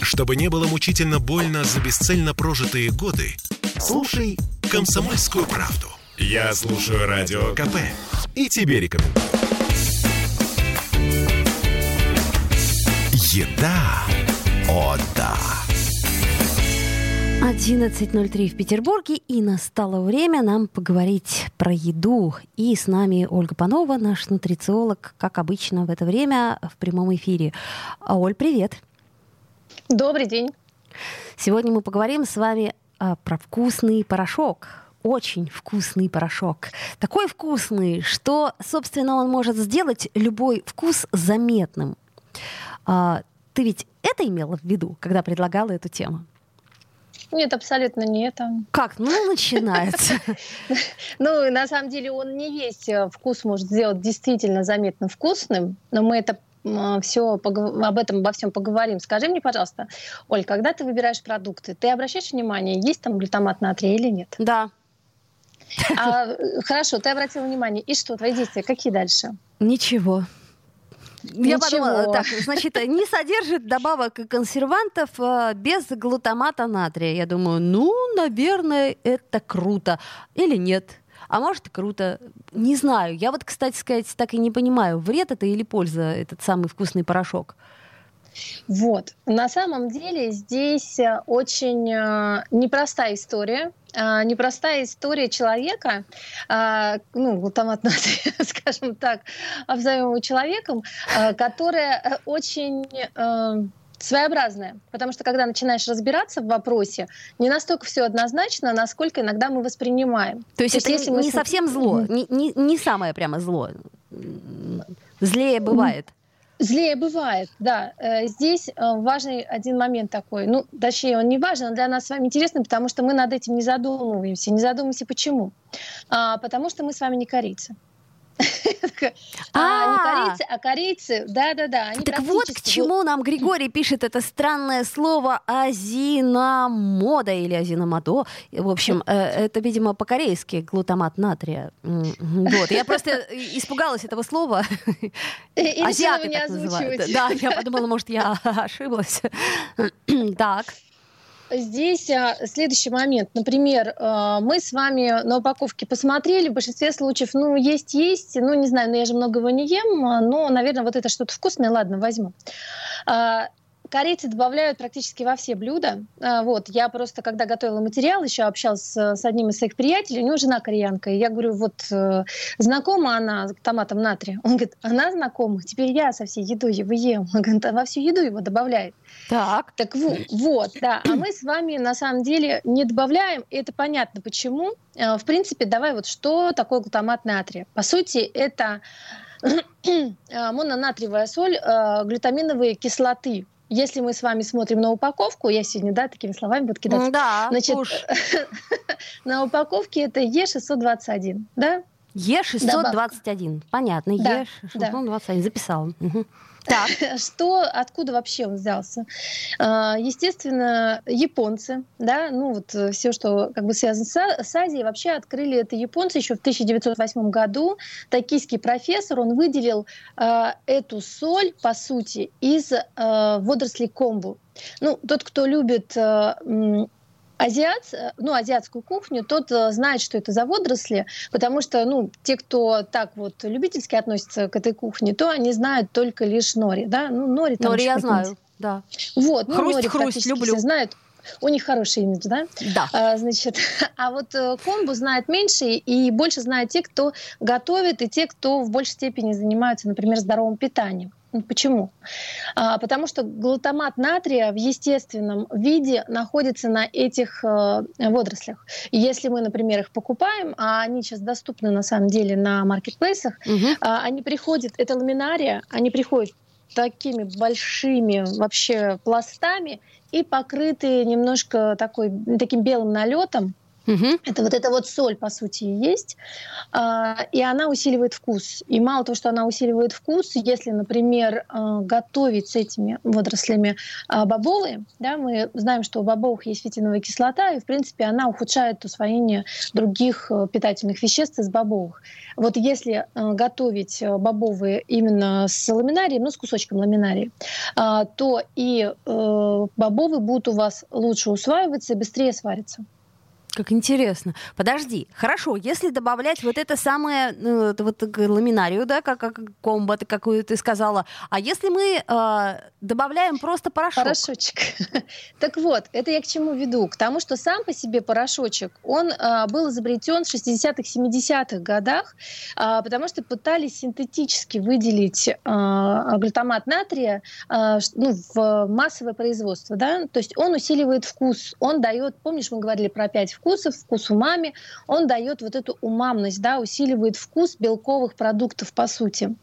Чтобы не было мучительно больно за бесцельно прожитые годы, слушай «Комсомольскую правду». Я слушаю Радио КП и тебе рекомендую. Еда. О, да. 11:03 в Петербурге, и настало время нам поговорить про еду. И с нами Ольга Панова, наш нутрициолог, как обычно в это время в прямом эфире. Оль, привет. Добрый день. Сегодня мы поговорим с вами про вкусный порошок. Очень вкусный порошок. Такой вкусный, что, собственно, он может сделать любой вкус заметным. Ты ведь это имела в виду, когда предлагала эту тему? Нет, абсолютно не это. Как? Ну, начинается. Ну, на самом деле, он не весь вкус может сделать действительно заметно вкусным, но мы это все об этом обо всем поговорим. Скажи мне, пожалуйста, Оль, когда ты выбираешь продукты, ты обращаешь внимание, есть там глутамат натрия или нет? Да. Хорошо, ты обратила внимание. И что, твои действия какие дальше? Ничего. Я подумала, так, значит, не содержит добавок и консервантов без глутамата натрия. Я думаю, ну, наверное, это круто. Или нет. А может, и круто. Не знаю. Я вот, кстати сказать, так и не понимаю, вред это или польза, этот самый вкусный порошок. Вот. На самом деле здесь очень непростая история. Непростая история человека, глутамат натрия, скажем так, обзовем его человеком, которая очень своеобразная. Потому что когда начинаешь разбираться в вопросе, не настолько все однозначно, насколько иногда мы воспринимаем. То есть это если не совсем зло, не самое прямо зло. Злее бывает. Злее бывает, да. Здесь важный один момент такой. Ну, точнее, он не важен, но для нас с вами интересный, потому что мы над этим не задумываемся. Не задумываемся почему? Потому что мы с вами не корейцы. Не корейцы, а корейцы, да-да-да. Так вот к чему нам Григорий пишет это странное слово азинамода или азинамодо. В общем, это, видимо, по-корейски глутамат натрия. Вот. Я просто испугалась этого слова. Азиаты так называют. Да, я подумала, может, я ошиблась. Так. Здесь следующий момент. Например, мы с вами на упаковке посмотрели, в большинстве случаев, есть, не знаю, я же много его не ем, но, наверное, вот это что-то вкусное, ладно, возьму. Корейцы добавляют практически во все блюда. Вот, я просто, когда готовила материал, еще общалась с одним из своих приятелей, у него жена кореянка, и я говорю, знакома она с томатом натрия? Он говорит, она знакома, теперь я со всей едой его ем. Он говорит, во всю еду его добавляет. Так вот, да. А мы с вами, на самом деле, не добавляем, и это понятно, почему. В принципе, давай что такое глутамат натрия? По сути, это мононатриевая соль глютаминовой кислоты. Если мы с вами смотрим на упаковку, я сегодня, такими словами буду кидаться. Да, значит, на упаковке это Е621, да? Е621, понятно, да, Е621, записала. Угу. Так. Откуда вообще он взялся? Естественно, японцы, да, все, что связано с Азией, вообще открыли это японцы еще в 1908 году. Токийский профессор, он выделил эту соль, по сути, из водорослей комбу. Тот, кто любит азиатскую кухню, тот знает, что это за водоросли, потому что, те, кто так любительски относятся к этой кухне, то они знают только лишь нори, да? Нори я знаю, да. Вот, хрусть, практически люблю. Все знают. У них хороший имидж, да? Да. А комбу знают меньше, и больше знают те, кто готовит, и те, кто в большей степени занимаются, например, здоровым питанием. Почему? Потому что глутамат натрия в естественном виде находится на этих водорослях. И если мы, например, их покупаем, а они сейчас доступны на самом деле на маркетплейсах, они приходят, это ламинария, они приходят такими большими вообще пластами и покрыты немножко таким белым налетом. Это вот эта вот соль, по сути, и есть. И она усиливает вкус. И мало того, что она усиливает вкус, если, например, готовить с этими водорослями бобовые, да, мы знаем, что у бобовых есть фитиновая кислота, и, в принципе, она ухудшает усвоение других питательных веществ из бобовых. Вот если готовить бобовые именно с ламинарием, ну, с кусочком ламинария, то и бобовые будут у вас лучше усваиваться и быстрее свариться. Как интересно. Подожди, хорошо, если добавлять вот это самое, вот ламинарию, да, как комбо, какую ты сказала, а если мы добавляем просто порошок? Порошочек. Так вот, это я к чему веду? К тому, что сам по себе порошочек, он был изобретен в 60-х, 70-х годах, потому что пытались синтетически выделить глутамат натрия в массовое производство, да, то есть он усиливает вкус, он дает, помнишь, мы говорили про 5 вкусов, вкус умами, он дает вот эту умамность, да, усиливает вкус белковых продуктов, по сути.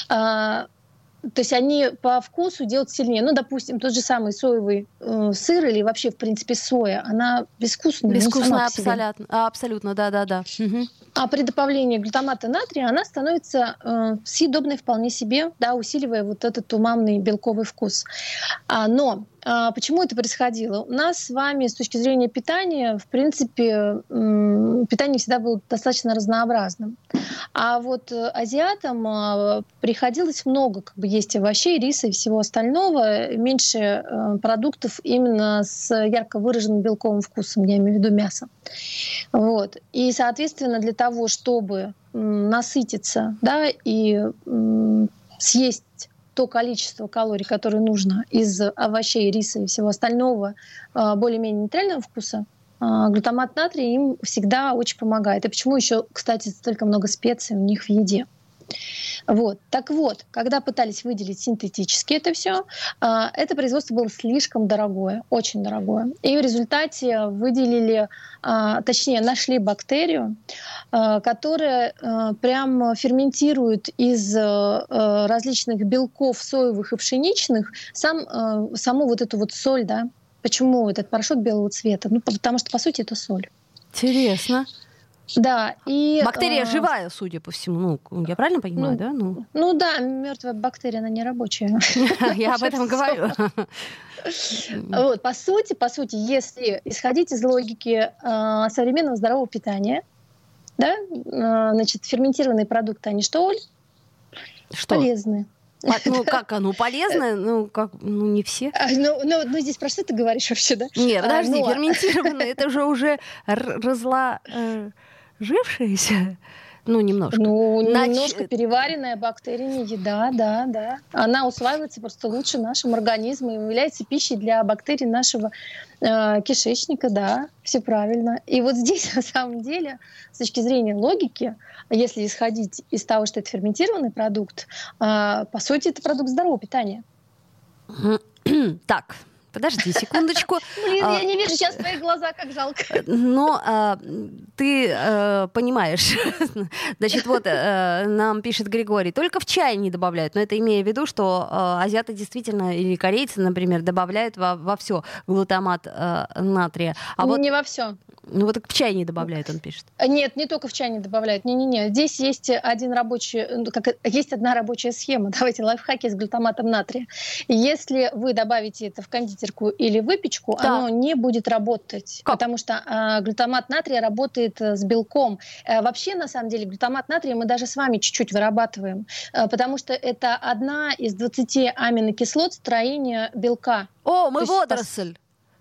То есть они по вкусу делают сильнее. Ну, допустим, тот же самый соевый сыр или вообще, в принципе, соя, она безвкусная. Безвкусная, абсолютно, да. Угу. А при добавлении глутамата натрия она становится съедобной вполне себе, да, усиливая вот этот умамный белковый вкус. Но почему это происходило? У нас с вами с точки зрения питания, в принципе, питание всегда было достаточно разнообразным. А вот азиатам приходилось много есть овощей, риса и всего остального, меньше продуктов именно с ярко выраженным белковым вкусом, я имею в виду мясо. Вот. И, соответственно, для того, чтобы насытиться, да, и съесть то количество калорий, которое нужно из овощей, риса и всего остального более-менее нейтрального вкуса, глутамат натрия им всегда очень помогает. И почему еще, кстати, столько много специй у них в еде. Вот. Так вот, когда пытались выделить синтетически это все, это производство было слишком дорогое, очень дорогое. И в результате выделили, точнее, нашли бактерию, которая прям ферментирует из различных белков соевых и пшеничных саму вот эту вот соль, да. Почему этот порошок белого цвета? Ну, потому что, по сути, это соль. Интересно. Да, и бактерия живая, судя по всему. Ну, я правильно понимаю, да? Ну да, мертвая бактерия, она не рабочая. Я об этом говорю. Вот, по сути, если исходить из логики современного здорового питания, да, значит, ферментированные продукты, они что, Оль? Что? Полезны. Ну как, полезно? Ну не все. Ну здесь про что ты говоришь вообще, да? Нет, подожди, ферментированные, это же уже разложившиеся. Ну, немножко. Немножко переваренная бактерия, не еда, да. Она усваивается просто лучше нашим организмом и является пищей для бактерий нашего кишечника, да, все правильно. И вот здесь, на самом деле, с точки зрения логики, если исходить из того, что это ферментированный продукт, по сути, это продукт здорового питания. Так, подожди секундочку. Блин, я не вижу сейчас твои глаза, как жалко. Но ты понимаешь. Значит, вот нам пишет Григорий, только в чай не добавляют. Но это имея в виду, что азиаты действительно, или корейцы, например, добавляют во все глутамат натрия. Не во все. Ну вот в чай не добавляют, он пишет. Нет, не только в чай не добавляют. Не-не-не. Здесь есть есть одна рабочая схема. Давайте лайфхаки с глутаматом натрия. Если вы добавите это в кондитерку или выпечку, оно не будет работать. Как? Потому что глутамат натрия работает с белком. Вообще, на самом деле, глутамат натрия мы даже с вами чуть-чуть вырабатываем. Потому что это одна из 20 аминокислот строения белка. О, мы водоросль!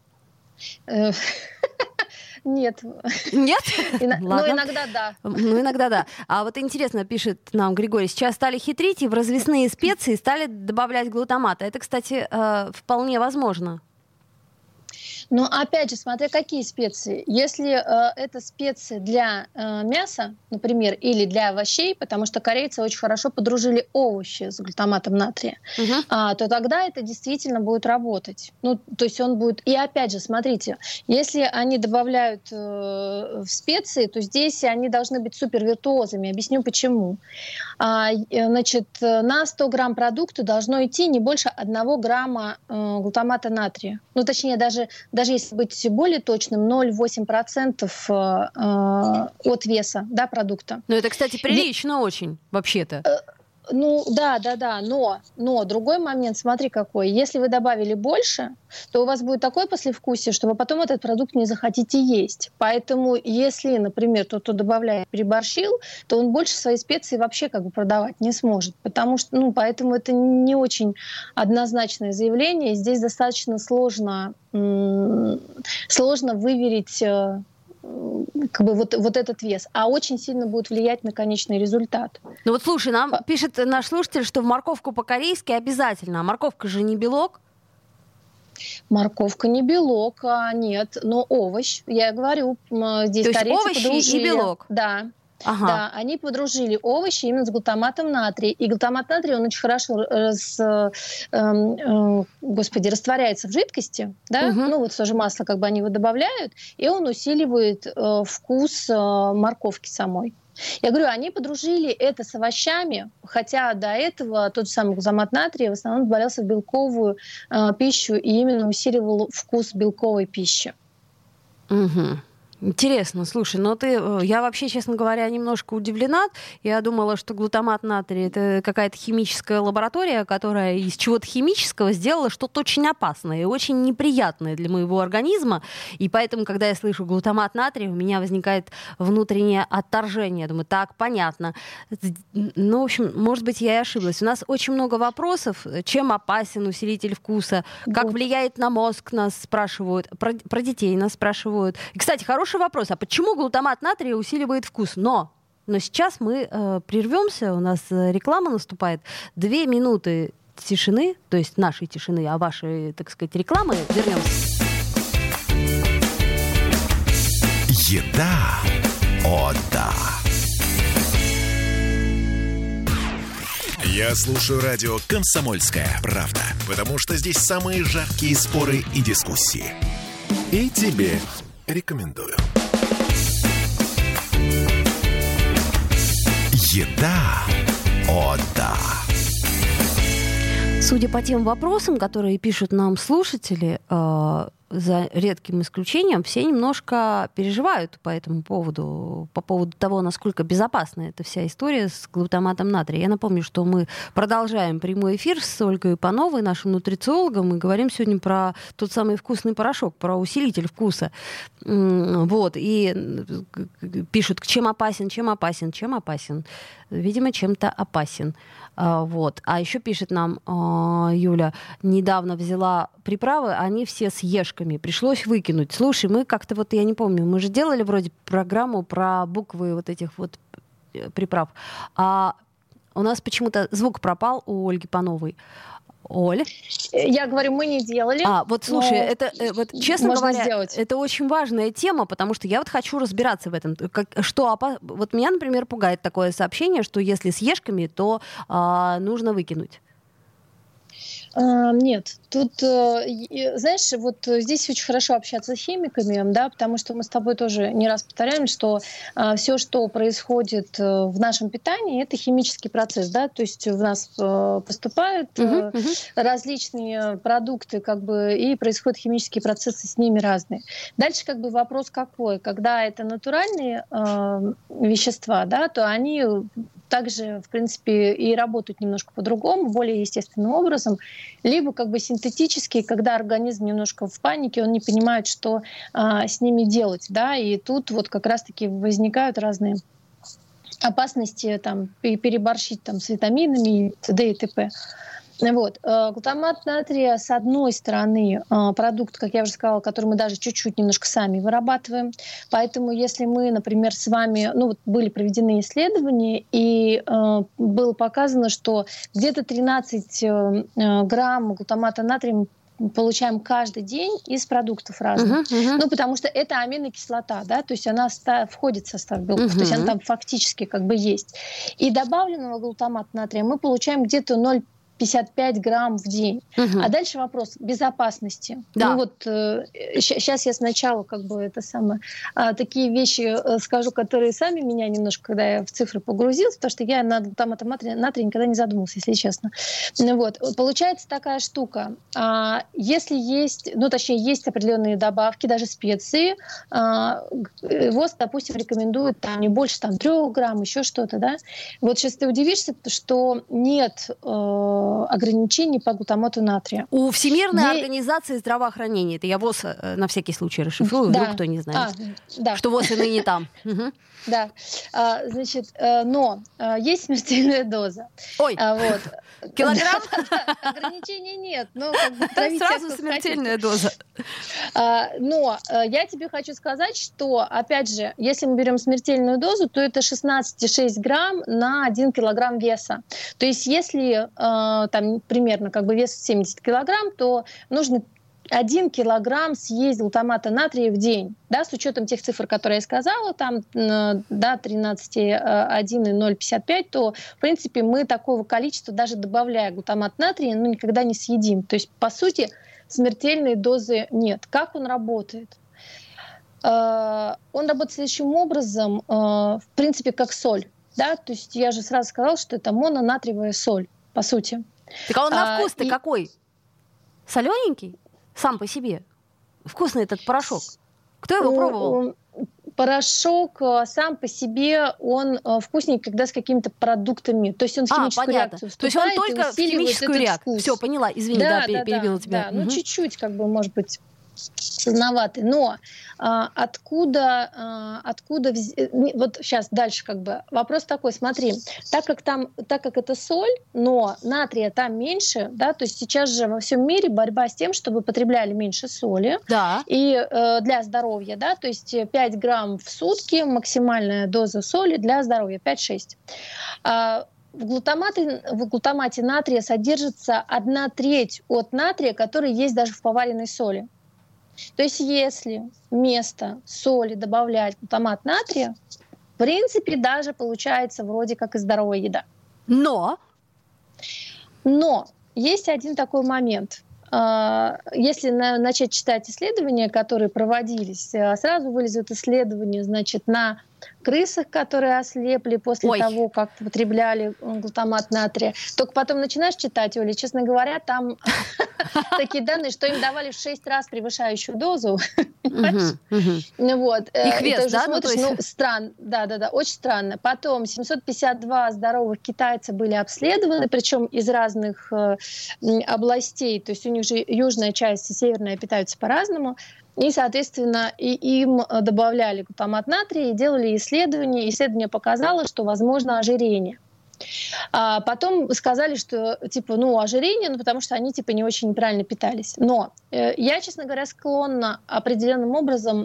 Нет. Нет? Ну, иногда да. Ну, иногда да. А вот интересно, пишет нам Григорий, сейчас стали хитрить и в развесные специи стали добавлять глутамат. Это, кстати, вполне возможно. Но опять же, смотря какие специи. Если это специи для мяса, например, или для овощей, потому что корейцы очень хорошо подружили овощи с глутаматом натрия, то тогда это действительно будет работать. Ну, то есть он будет... И опять же, смотрите, если они добавляют в специи, то здесь они должны быть супервиртуозами. Объясню почему. Значит, на 100 грамм продукта должно идти не больше 1 грамма глутамата натрия. Ну, точнее, даже даже если быть более точным, 0,8% от веса, да, продукта. Ну, это, кстати, прилично очень, вообще-то. Ну, да, но другой момент, смотри какой. Если вы добавили больше, то у вас будет такое послевкусие, что вы потом этот продукт не захотите есть. Поэтому, если, например, тот, кто добавляет, переборщил, то он больше свои специи вообще как бы продавать не сможет. Потому что, поэтому это не очень однозначное заявление. Здесь достаточно сложно выверить как бы вот этот вес, а очень сильно будет влиять на конечный результат. Ну вот слушай, нам пишет наш слушатель, что в морковку по-корейски обязательно, а морковка же не белок? Морковка не белок, нет, но овощ. Я говорю, здесь то корейцы овощи подружили. И белок? Да. Ага. Да, они подружили овощи именно с глутаматом натрия. И глутамат натрия, он очень хорошо растворяется в жидкости, да, вот тоже масло, как бы они его добавляют, и он усиливает вкус морковки самой. Я говорю, они подружили это с овощами, хотя до этого тот же самый глутамат натрия в основном добавлялся в белковую пищу и именно усиливал вкус белковой пищи. Угу. Интересно, слушай, я вообще, честно говоря, немножко удивлена. Я думала, что глутамат натрия — это какая-то химическая лаборатория, которая из чего-то химического сделала что-то очень опасное и очень неприятное для моего организма. И поэтому, когда я слышу глутамат натрия, у меня возникает внутреннее отторжение. Я думаю, так, понятно. Ну, в общем, может быть, я и ошиблась. У нас очень много вопросов. Чем опасен усилитель вкуса? Как влияет на мозг, нас спрашивают. Про детей нас спрашивают. И, кстати, хороший вопрос, а почему глутамат натрия усиливает вкус? Но сейчас мы прервемся, у нас реклама наступает. 2 минуты тишины, то есть нашей тишины, а вашей, так сказать, рекламы. Вернемся. Еда. О, да. Я слушаю радио «Комсомольская правда», потому что здесь самые жаркие споры и дискуссии. И тебе рекомендую. Еда. О, да. Судя по тем вопросам, которые пишут нам слушатели, за редким исключением, все немножко переживают по этому поводу, по поводу того, насколько безопасна эта вся история с глутаматом натрия. Я напомню, что мы продолжаем прямой эфир с Ольгой Пановой, нашим нутрициологом, и говорим сегодня про тот самый вкусный порошок, про усилитель вкуса. Вот, и пишут, чем опасен. Видимо, чем-то опасен. Вот. А еще пишет нам Юля, недавно взяла приправы, они все с ешками, пришлось выкинуть. Слушай, мы как-то я не помню, мы же делали вроде программу про буквы вот этих вот приправ, а у нас почему-то звук пропал у Ольги Пановой. Оль? Я говорю, мы не делали. Слушай, это, честно говоря, сделать. Это очень важная тема, потому что я хочу разбираться в этом. Меня, например, пугает такое сообщение, что если с ешками, то нужно выкинуть. Нет, тут, знаешь, здесь очень хорошо общаться с химиками, да, потому что мы с тобой тоже не раз повторяем, что все, что происходит в нашем питании, это химический процесс, да, то есть в нас поступают различные продукты, и происходят химические процессы с ними разные. Дальше вопрос какой? Когда это натуральные вещества, да, то они также, в принципе, и работают немножко по-другому, более естественным образом, либо синтетические, когда организм немножко в панике, он не понимает, что с ними делать, да, и тут как раз-таки возникают разные опасности, переборщить с витаминами и т.д. и т.п. Глутамат натрия, с одной стороны, продукт, как я уже сказала, который мы даже чуть-чуть немножко сами вырабатываем. Поэтому если мы, например, с вами, были проведены исследования, и было показано, что где-то 13 грамм глутамата натрия мы получаем каждый день из продуктов разных. Потому что это аминокислота, да, то есть она входит в состав белков, то есть она там фактически есть. И добавленного глутамата натрия мы получаем где-то 0,5 55 грамм в день. А дальше вопрос безопасности. Да. Ну вот сейчас я сначала такие вещи скажу, которые сами меня немножко, когда я в цифры погрузилась, потому что я на глутамат натрия никогда не задумывалась, если честно. Вот. Получается такая штука. Если есть, есть определенные добавки, даже специи, ВОЗ, допустим, рекомендует не больше 3 грамм, еще что-то, да. Вот сейчас ты удивишься, что нет ограничений по глутамату натрия. У Всемирной организации здравоохранения, это я ВОЗ на всякий случай расшифрую, вдруг кто не знает, что ВОЗ и ныне там. Да, но есть смертельная доза. Ой, килограмм? Ограничений нет. Сразу смертельная доза. Но я тебе хочу сказать, что, опять же, если мы берем смертельную дозу, то это 16,6 грамм на 1 килограмм веса. То есть если примерно вес 70 килограмм, то нужно 1 килограмм съесть глутамата натрия в день, да, с учетом тех цифр, которые я сказала, 13,1 и 0,55, то, в принципе, мы такого количества, даже добавляя глутамат натрия, никогда не съедим. То есть, по сути, смертельной дозы нет. Как он работает? Он работает следующим образом, в принципе, как соль. Да? То есть я же сразу сказала, что это мононатриевая соль, по сути. Так а он на вкус-то какой? Солененький? Сам по себе. Вкусный этот порошок. Кто его пробовал? Порошок сам по себе, он вкуснее, когда с какими-то продуктами. То есть он в химическую реакцию вступает. То есть он только в химическую реакцию. Все, поняла. Извини, перебила тебя. Да, чуть-чуть, может быть, сложноватый. Но откуда вот сейчас дальше вопрос такой, смотри, так как это соль, но натрия там меньше, да, то есть сейчас же во всем мире борьба с тем, чтобы потребляли меньше соли, да. И для здоровья, да, то есть 5 грамм в сутки максимальная доза соли для здоровья, 5-6. В глутамате натрия содержится 1/3 от натрия, который есть даже в поваренной соли. То есть если вместо соли добавлять глутамат натрия, в принципе, даже получается вроде как и здоровая еда. Но есть один такой момент. Если начать читать исследования, которые проводились, сразу вылезут исследования, на крысах, которые ослепли после того, как потребляли глутамат натрия. Только потом начинаешь читать, Оля, честно говоря, там такие данные, что им давали в 6 раз превышающую дозу. Их вес, да? Странно. Да, очень странно. Потом 752 здоровых китайца были обследованы, причем из разных областей. То есть у них же южная часть и северная питаются по-разному. И, соответственно, им добавляли глутамат натрия и делали исследования. Исследование показало, что возможно ожирение. Потом сказали, что ожирение, потому что они не очень неправильно питались. Но я, честно говоря, склонна определенным образом,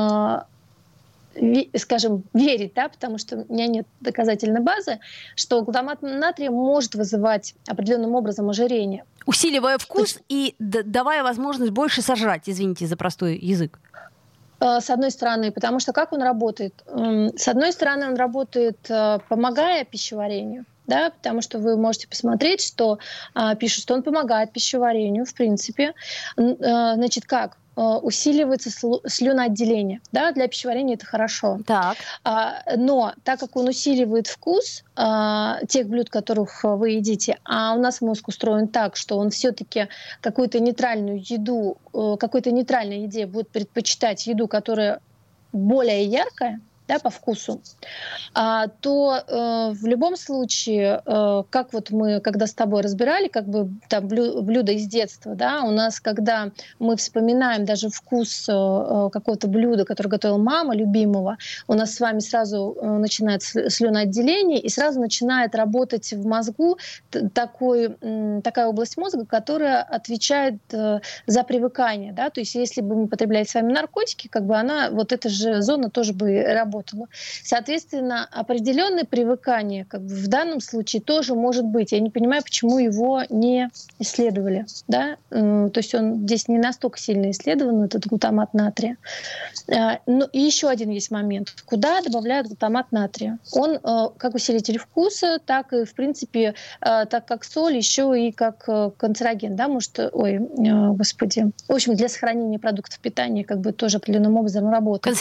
верить, да, потому что у меня нет доказательной базы, что глутамат натрия может вызывать определенным образом ожирение. Усиливая вкус и давая возможность больше сожрать, извините за простой язык. С одной стороны, потому что как он работает? С одной стороны, он работает, помогая пищеварению, да, потому что вы можете посмотреть, что пишут, что он помогает пищеварению, в принципе. Значит, как? Усиливается слюноотделение. Да? Для пищеварения это хорошо. Так. Но так как он усиливает вкус тех блюд, которых вы едите, а у нас мозг устроен так, что он все-таки какую-то нейтральную еду, какой-то нейтральной еде будет предпочитать еду, которая более яркая, да, по вкусу, то в любом случае, как мы, когда с тобой разбирали, блюда из детства, да, у нас, когда мы вспоминаем даже вкус какого-то блюда, которое готовила мама любимого, у нас с вами сразу начинается слюноотделение, и сразу начинает работать в мозгу такая область мозга, которая отвечает за привыкание, да, то есть если бы мы потребляли с вами наркотики, она, эта же зона тоже бы работала. работало. Соответственно, определенное привыкание как бы в данном случае тоже может быть. Я не понимаю, почему его не исследовали. Да? То есть он здесь не настолько сильно исследован, этот глутамат натрия. Ну и еще один есть момент. Куда добавляют глутамат натрия? Он как усилитель вкуса, так и, в принципе, так как соль, еще и как канцероген. Да? Может, господи. В общем, для сохранения продуктов питания как бы тоже определенным образом работает.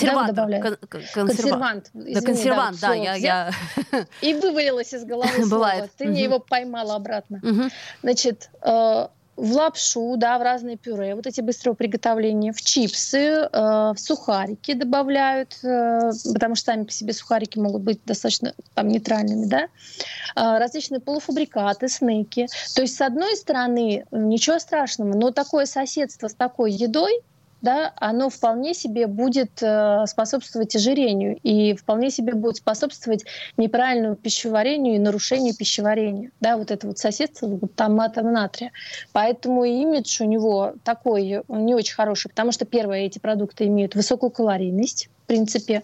Консервант. Извини, консервант, да. Я... И вывалилось из головы слово. Ты мне его поймала обратно. Значит, в лапшу, да, в разные пюре, вот эти быстрого приготовления, в чипсы, в сухарики добавляют, потому что сами по себе сухарики могут быть достаточно там нейтральными, да, различные полуфабрикаты, снеки. То есть, с одной стороны, ничего страшного, но такое соседство с такой едой, да, оно вполне себе будет способствовать ожирению и вполне себе будет способствовать неправильному пищеварению и нарушению пищеварения. Да, вот это вот соседство с глутаматом натрия. Поэтому имидж у него такой не очень хороший, потому что, первое, эти продукты имеют высокую калорийность, в принципе.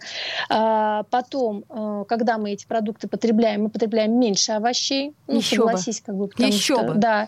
Потом, когда мы эти продукты потребляем, мы потребляем меньше овощей. Ну, еще согласись, как бы, потому что... Да.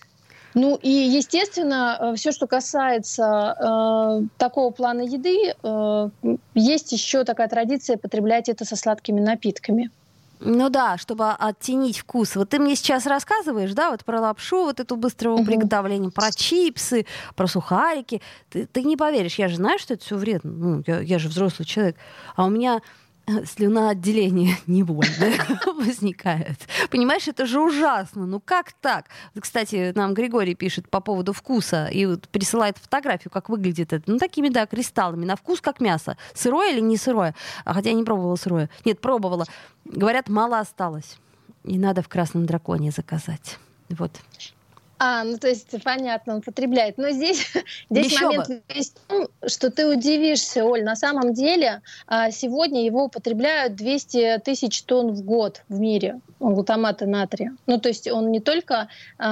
Ну и, естественно, все, что касается такого плана еды, есть еще такая традиция потреблять это со сладкими напитками. Ну да, чтобы оттенить вкус. Вот ты мне сейчас рассказываешь, да, вот про лапшу, вот эту быстрого приготовления, про чипсы, про сухарики. Ты не поверишь, я же знаю, что это все вредно. Ну, я же взрослый человек. А у меня слюноотделение невольное возникает. Понимаешь, это же ужасно. Ну как так? Кстати, нам Григорий пишет по поводу вкуса и вот присылает фотографию, как выглядит это. Ну такими, да, кристаллами. На вкус как мясо. Сырое или не сырое? Хотя я не пробовала сырое. Нет, пробовала. Говорят, мало осталось. И надо в «Красном драконе» заказать. Вот. Ну то есть, понятно, он потребляет. Но здесь момент есть в том, что ты удивишься, Оль. На самом деле сегодня его употребляют 200 тысяч тонн в год в мире, глутамата натрия. Ну то есть он не только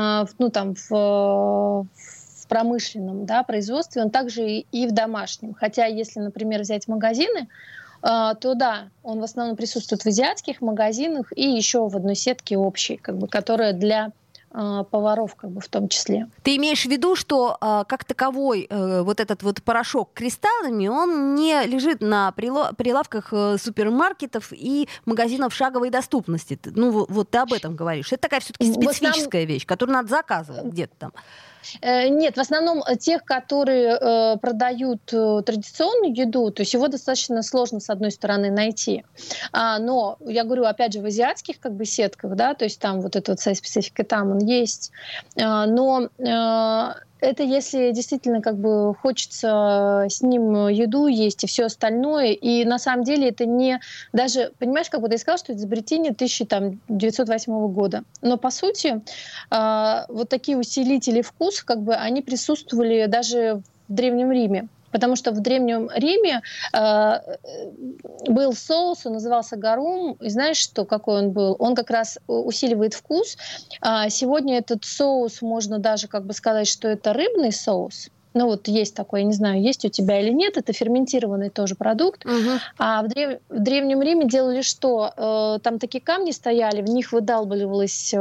в промышленном, да, производстве, он также и в домашнем. Хотя если, например, взять магазины, то да, он в основном присутствует в азиатских магазинах и еще в одной сетке общей, как бы, которая для поваров как бы в том числе. Ты имеешь в виду, что как таковой вот этот вот порошок кристаллами, он не лежит на прилавках супермаркетов и магазинов шаговой доступности? Ну вот ты об этом говоришь. Это такая все-таки специфическая вещь, которую надо заказывать где-то там. Нет, в основном тех, которые продают традиционную еду, то есть его достаточно сложно, с одной стороны, найти. Но, я говорю, опять же, в азиатских как бы сетках, да, то есть там вот эта вот вся специфика, там он есть. Но это если действительно как бы хочется с ним еду есть и все остальное. И на самом деле это не... Даже, понимаешь, как бы ты сказал, что это изобретение 1908 года. Но по сути вот такие усилители вкуса, как бы они присутствовали даже в Древнем Riме. Потому что в Древнем Риме был соус, он назывался гарум. И знаешь, что, какой он был? Он как раз усиливает вкус. Сегодня этот соус, можно даже как бы сказать, что это рыбный соус. Ну вот есть такой, я не знаю, есть у тебя или нет, это ферментированный тоже продукт. А в Древнем Риме делали что? Там такие камни стояли, в них выдалбливалось...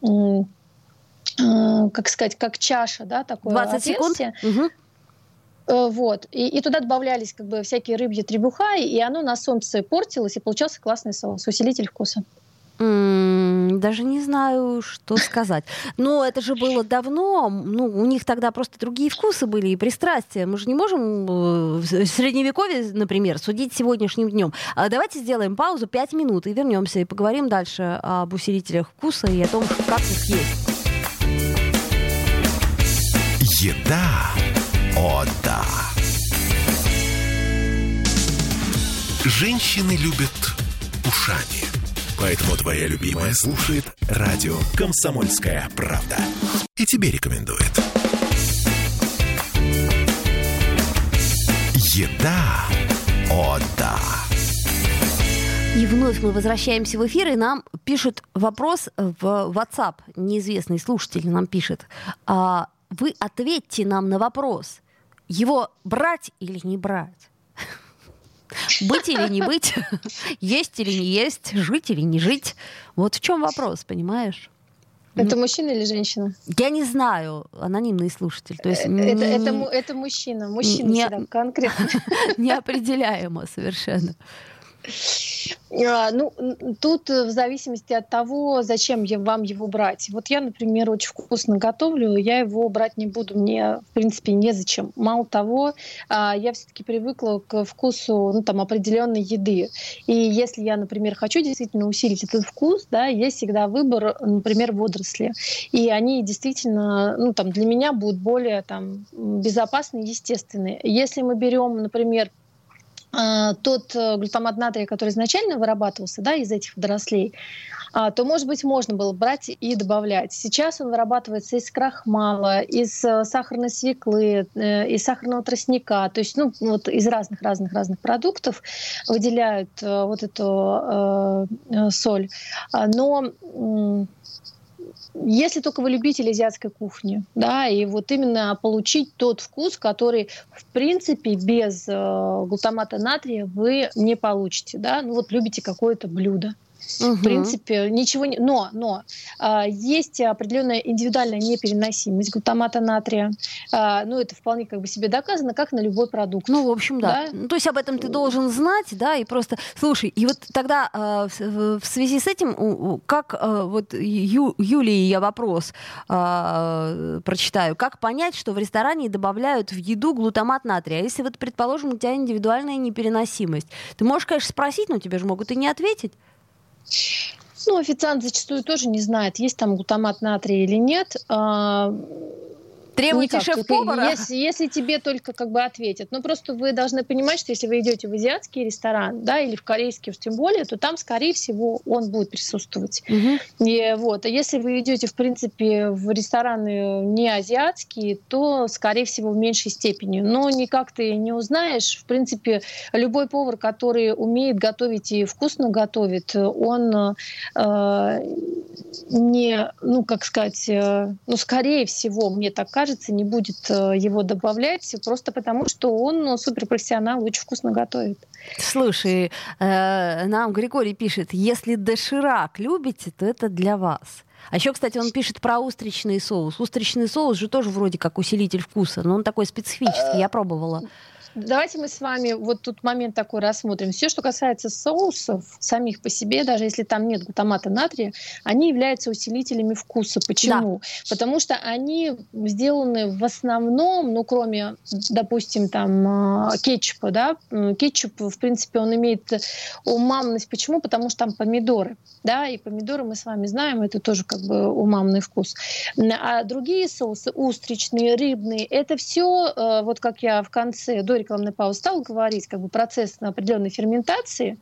как сказать, как чаша, да, такое 20 отверстие. Секунд. Вот. И туда добавлялись как бы всякие рыбьи требуха, и оно на солнце портилось, и получался классный соус, усилитель вкуса. Даже не знаю, что сказать. Но это же было давно. Ну, у них тогда просто другие вкусы были и пристрастия. Мы же не можем в Средневековье, например, судить сегодняшним днем. Давайте сделаем паузу 5 минут и вернемся и поговорим дальше об усилителях вкуса и о том, как их есть. Еда. О, да. Женщины любят ушами. Поэтому твоя любимая слушает радио «Комсомольская правда». И тебе рекомендует. Еда. О, да. И вновь мы возвращаемся в эфир, и нам пишут вопрос в WhatsApp. Неизвестный слушатель нам пишет. Вы ответьте нам на вопрос. Его брать или не брать? Быть или не быть, есть или не есть, жить или не жить. Вот в чем вопрос, понимаешь? Это мужчина или женщина? Я не знаю, анонимный слушатель. То есть Это мужчина. Мужчина всегда конкретно. Неопределяемо совершенно. Ну, тут в зависимости от того, зачем вам его брать. Вот я, например, очень вкусно готовлю, я его брать не буду, мне, в принципе, незачем. Мало того, я все-таки привыкла к вкусу, определенной еды. И если я, например, хочу действительно усилить этот вкус, да, есть всегда выбор, например, водоросли. И они действительно, для меня будут более безопасные и естественные. Если мы берем, например, тот глутамат натрия, который изначально вырабатывался, да, из этих водорослей, то, может быть, можно было брать и добавлять. Сейчас он вырабатывается из крахмала, из сахарной свеклы, из сахарного тростника, то есть из разных продуктов выделяют вот эту соль. Но если только вы любитель азиатской кухни, да, и вот именно получить тот вкус, который, в принципе, без глутамата натрия вы не получите, да, любите какое-то блюдо. В принципе, ничего не... Но есть определенная индивидуальная непереносимость глутамата натрия. Это вполне себе доказано, как на любой продукт. В общем, да. То есть об этом ты должен знать, да, и просто... Слушай, и вот тогда в связи с этим, как Юлии я вопрос прочитаю. Как понять, что в ресторане добавляют в еду глутамат натрия? А если, предположим, у тебя индивидуальная непереносимость? Ты можешь, конечно, спросить, но тебе же могут и не ответить. Официант зачастую тоже не знает, есть там глутамат натрия или нет. Требуйте шеф-повара? Если тебе только ответят. Но просто вы должны понимать, что если вы идете в азиатский ресторан, да, или в корейский, тем более, то там, скорее всего, он будет присутствовать. А если вы идете, в принципе, в рестораны не азиатские, то, скорее всего, в меньшей степени. Но никак ты не узнаешь. В принципе, любой повар, который умеет готовить и вкусно готовит, он скорее всего, мне так кажется, не будет его добавлять, просто потому, что он суперпрофессионал, очень вкусно готовит. Слушай, нам Григорий пишет, если доширак любите, то это для вас. А еще, кстати, он пишет про устричный соус. Устричный соус же тоже вроде как усилитель вкуса, но он такой специфический, я пробовала. Давайте мы с вами вот тут момент такой рассмотрим. Все, что касается соусов самих по себе, даже если там нет глутамата натрия, они являются усилителями вкуса. Почему? Да. Потому что они сделаны в основном, кроме, допустим, кетчупа, да, кетчуп, в принципе, он имеет умамность. Почему? Потому что там помидоры, да, и помидоры мы с вами знаем, это тоже умамный вкус. А другие соусы, устричные, рыбные, это все, вот как я в конце, до рекламной паузы стал говорить, процесс определенной ферментации,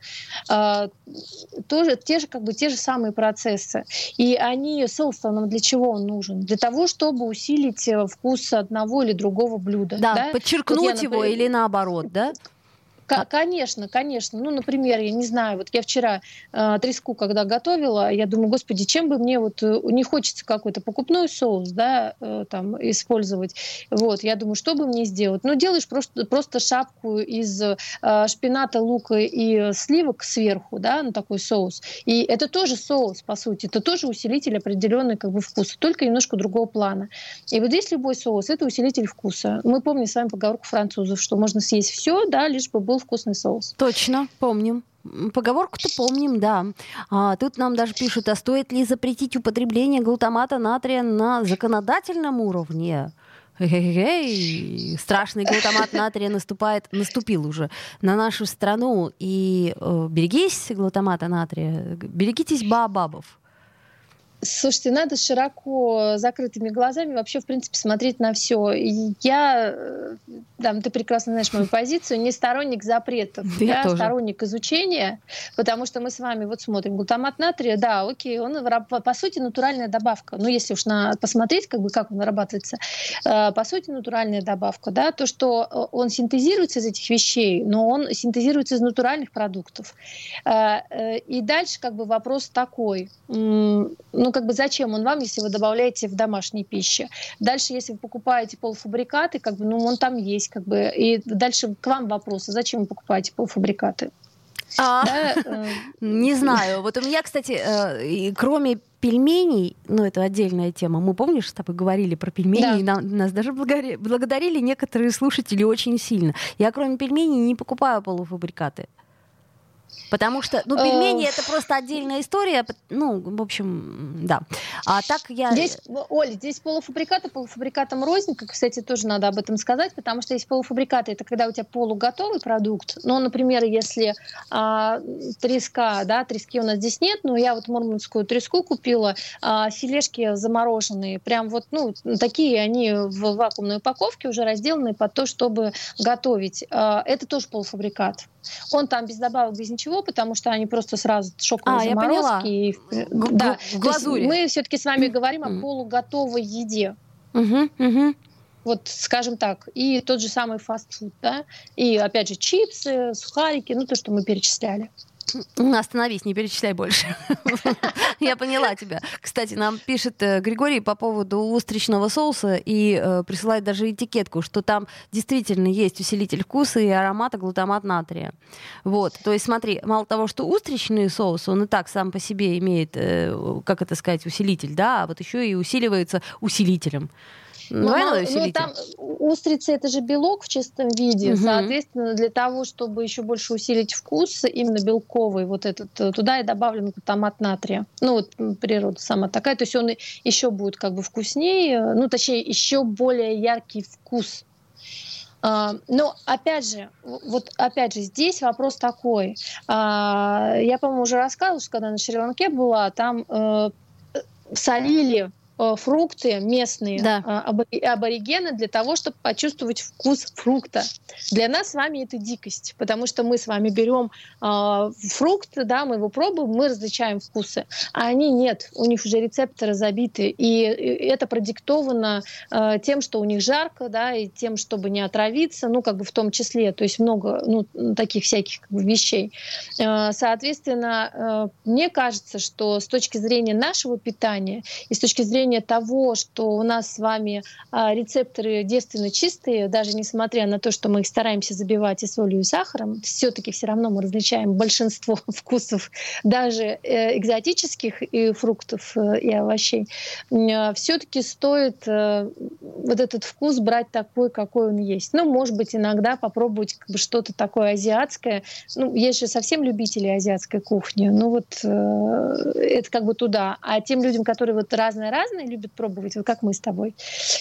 тоже те же самые процессы. И соус для чего он нужен? Для того, чтобы усилить вкус одного или другого блюда. Да, подчеркнуть его или наоборот, да? Конечно. Например, я не знаю, я вчера треску, когда готовила, я думаю, господи, чем бы мне не хочется какой-то покупной соус, да, использовать. Я думаю, что бы мне сделать? Делаешь просто шапку из шпината, лука и сливок сверху, да, такой соус. И это тоже соус, по сути, это тоже усилитель определенный вкуса, только немножко другого плана. И здесь любой соус — это усилитель вкуса. Мы помним с вами поговорку французов, что можно съесть все, да, лишь бы был вкусный соус. Точно, помним. Поговорку-то помним, да. Тут нам даже пишут, а стоит ли запретить употребление глутамата натрия на законодательном уровне? Страшный глутамат натрия наступил уже на нашу страну. И берегись глутамата натрия, берегитесь баобабов. Слушайте, надо широко закрытыми глазами вообще, в принципе, смотреть на все. Ты прекрасно знаешь мою позицию, не сторонник запретов, я сторонник изучения, потому что мы с вами смотрим. Глутамат натрия, да, окей, он, по сути, натуральная добавка. Если уж посмотреть, как он вырабатывается, по сути, натуральная добавка, да, то, что он синтезируется из этих вещей, но он синтезируется из натуральных продуктов. И дальше, вопрос такой, Ну, как бы зачем он вам, если вы добавляете в домашней пище? Дальше, если вы покупаете полуфабрикаты, как бы, ну, он там есть, как бы. И дальше к вам вопрос, зачем вы покупаете полуфабрикаты? Не знаю. Вот у меня, кстати, кроме пельменей, ну, это отдельная тема. Мы, помнишь, с тобой говорили про пельмени, и нас даже благодарили некоторые слушатели очень сильно. Я, кроме пельменей, не покупаю полуфабрикаты. Потому что, ну, пельмени это просто отдельная история. Ну, в общем, да. А так я... Оля, здесь полуфабрикатам рознь, кстати, тоже надо об этом сказать, потому что есть полуфабрикаты, это когда у тебя полуготовый продукт. Ну, например, если треска, да, трески у нас здесь нет, но я вот мурманскую треску купила, филешки замороженные, прям вот, ну, такие они в вакуумной упаковке уже разделаны под то, чтобы готовить. Это тоже полуфабрикат. Он там без добавок, без ничего, потому что они просто сразу шоковые заморозки. Да, в глазури. Мы все-таки с вами говорим о полуготовой еде. Вот, скажем так. И тот же самый фастфуд, да? И, опять же, чипсы, сухарики, ну, то, что мы перечисляли. Остановись, не перечисляй больше. Я поняла тебя. Кстати, нам пишет Григорий по поводу устричного соуса и присылает даже этикетку, что там действительно есть усилитель вкуса и аромата глутамат натрия. Вот. То есть смотри, мало того, что устричный соус, он и так сам по себе имеет, как это сказать, усилитель, да, а вот еще и усиливается усилителем. Ну, там устрицы — это же белок в чистом виде. Соответственно, для того, чтобы еще больше усилить вкус, именно белковый, вот этот, туда и добавлен глутамат натрия. Ну, вот природа сама такая. То есть он еще будет как бы вкуснее, ну, точнее, еще более яркий вкус. Но опять же, здесь вопрос такой. Я, по-моему, уже рассказывала, что когда на Шри-Ланке была, там солили фрукты местные, да, аборигены, для того, чтобы почувствовать вкус фрукта. Для нас с вами это дикость, потому что мы с вами берем фрукт, да, мы его пробуем, мы различаем вкусы, а они нет, у них уже рецепторы забиты, и это продиктовано тем, что у них жарко, да, и тем, чтобы не отравиться, ну, как бы в том числе, то есть много, ну, таких всяких как бы вещей. Соответственно, мне кажется, что с точки зрения нашего питания и с точки зрения того, что у нас с вами рецепторы девственно чистые, даже несмотря на то, что мы их стараемся забивать и солью, и сахаром, все-таки все равно мы различаем большинство вкусов, даже экзотических и фруктов, и овощей, все-таки стоит вот этот вкус брать такой, какой он есть. Ну, может быть, иногда попробовать как бы что-то такое азиатское. Ну, есть же совсем любители азиатской кухни. Ну, вот это как бы туда. А тем людям, которые вот разные любят пробовать, вот как мы с тобой.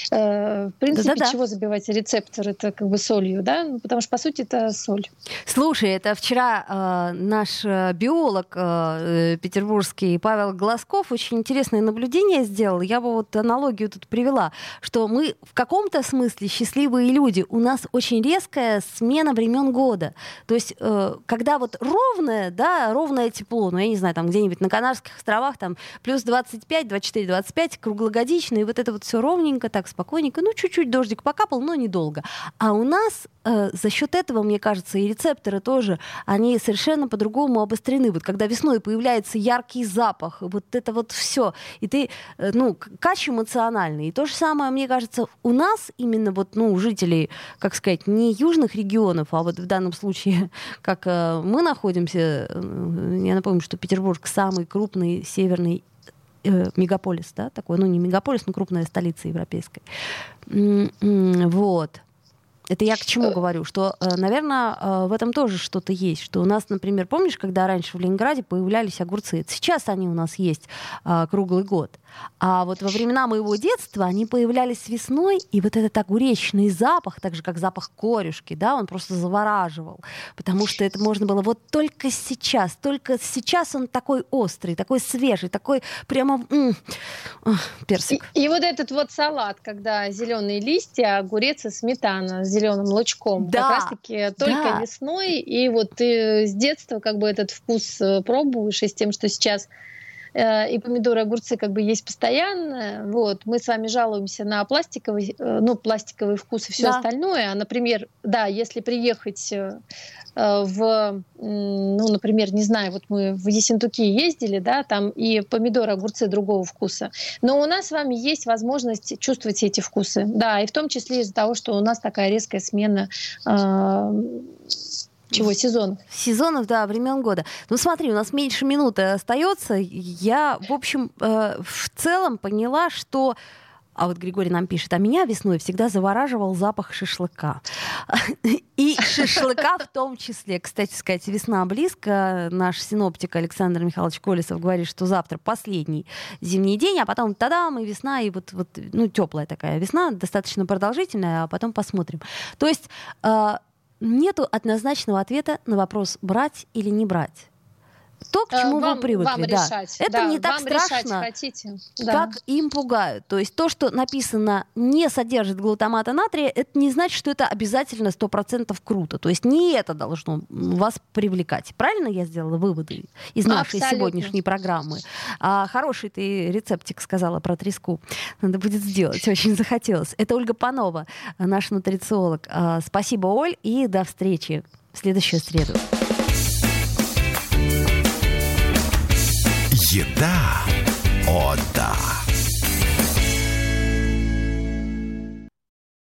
В принципе, чего забивать рецептор? Это как бы солью, да? Ну, потому что, по сути, это соль. Слушай, это вчера наш биолог петербургский Павел Глазков очень интересное наблюдение сделал. Я бы вот аналогию тут привела, что мы в каком-то смысле счастливые люди. У нас очень резкая смена времен года. То есть, когда вот ровное тепло, ну, я не знаю, там где-нибудь на Канарских островах, там плюс 25, 24, 25, круглогодично, и вот это вот все ровненько, так спокойненько, ну, чуть-чуть дождик покапал, но недолго. А у нас за счет этого, мне кажется, и рецепторы тоже, они совершенно по-другому обострены. Вот когда весной появляется яркий запах, вот это вот все, и ты, ну, кач эмоциональный. И то же самое, мне кажется, у нас именно вот, ну, жителей, как сказать, не южных регионов, а вот в данном случае, как мы находимся, я напомню, что Петербург самый крупный северный мегаполис, да, такой, ну, не мегаполис, но крупная столица европейская. Вот. Это я к чему говорю? Что, наверное, в этом тоже что-то есть. Что у нас, например, помнишь, когда раньше в Ленинграде появлялись огурцы? Сейчас они у нас есть круглый год. А вот во времена моего детства они появлялись весной, и вот этот огуречный запах, так же, как запах корюшки, да, он просто завораживал. Потому что это можно было вот только сейчас он такой острый, такой свежий, такой прямо персик. И вот этот вот салат, когда зеленые листья, огурец и сметана с зеленым лучком. Да, как раз-таки только весной. И вот ты с детства как бы этот вкус пробуешь, и с тем, что сейчас и помидоры, огурцы как бы есть постоянно. Вот. Мы с вами жалуемся на пластиковый вкус и все остальное. А, например, да, если приехать например, не знаю, вот мы в Ессентуки ездили, да, там и помидоры, огурцы другого вкуса. Но у нас с вами есть возможность чувствовать эти вкусы. Да, и в том числе из-за того, что у нас такая резкая смена сезонов. Сезонов, да, времен года. Ну смотри, у нас меньше минуты остается. Я, в общем, в целом поняла, что... А вот Григорий нам пишет, а меня весной всегда завораживал запах шашлыка. И шашлыка в том числе. Кстати сказать, весна близко. Наш синоптик Александр Михайлович Колесов говорит, что завтра последний зимний день, а потом тадам, и весна, и вот теплая такая весна, достаточно продолжительная, а потом посмотрим. То есть нету однозначного ответа на вопрос, брать или не брать. То, к чему вы привыкли. Вам решать. Это не так страшно, решать, хотите. как им пугают. То есть то, что написано «не содержит глутамата натрия», это не значит, что это обязательно 100% круто. То есть не это должно вас привлекать. Правильно я сделала выводы из нашей сегодняшней программы? Хороший ты рецептик сказала про треску. Надо будет сделать. Очень захотелось. Это Ольга Панова, наш нутрициолог. Спасибо, Оль, и до встречи в следующую среду. Еда. О, да.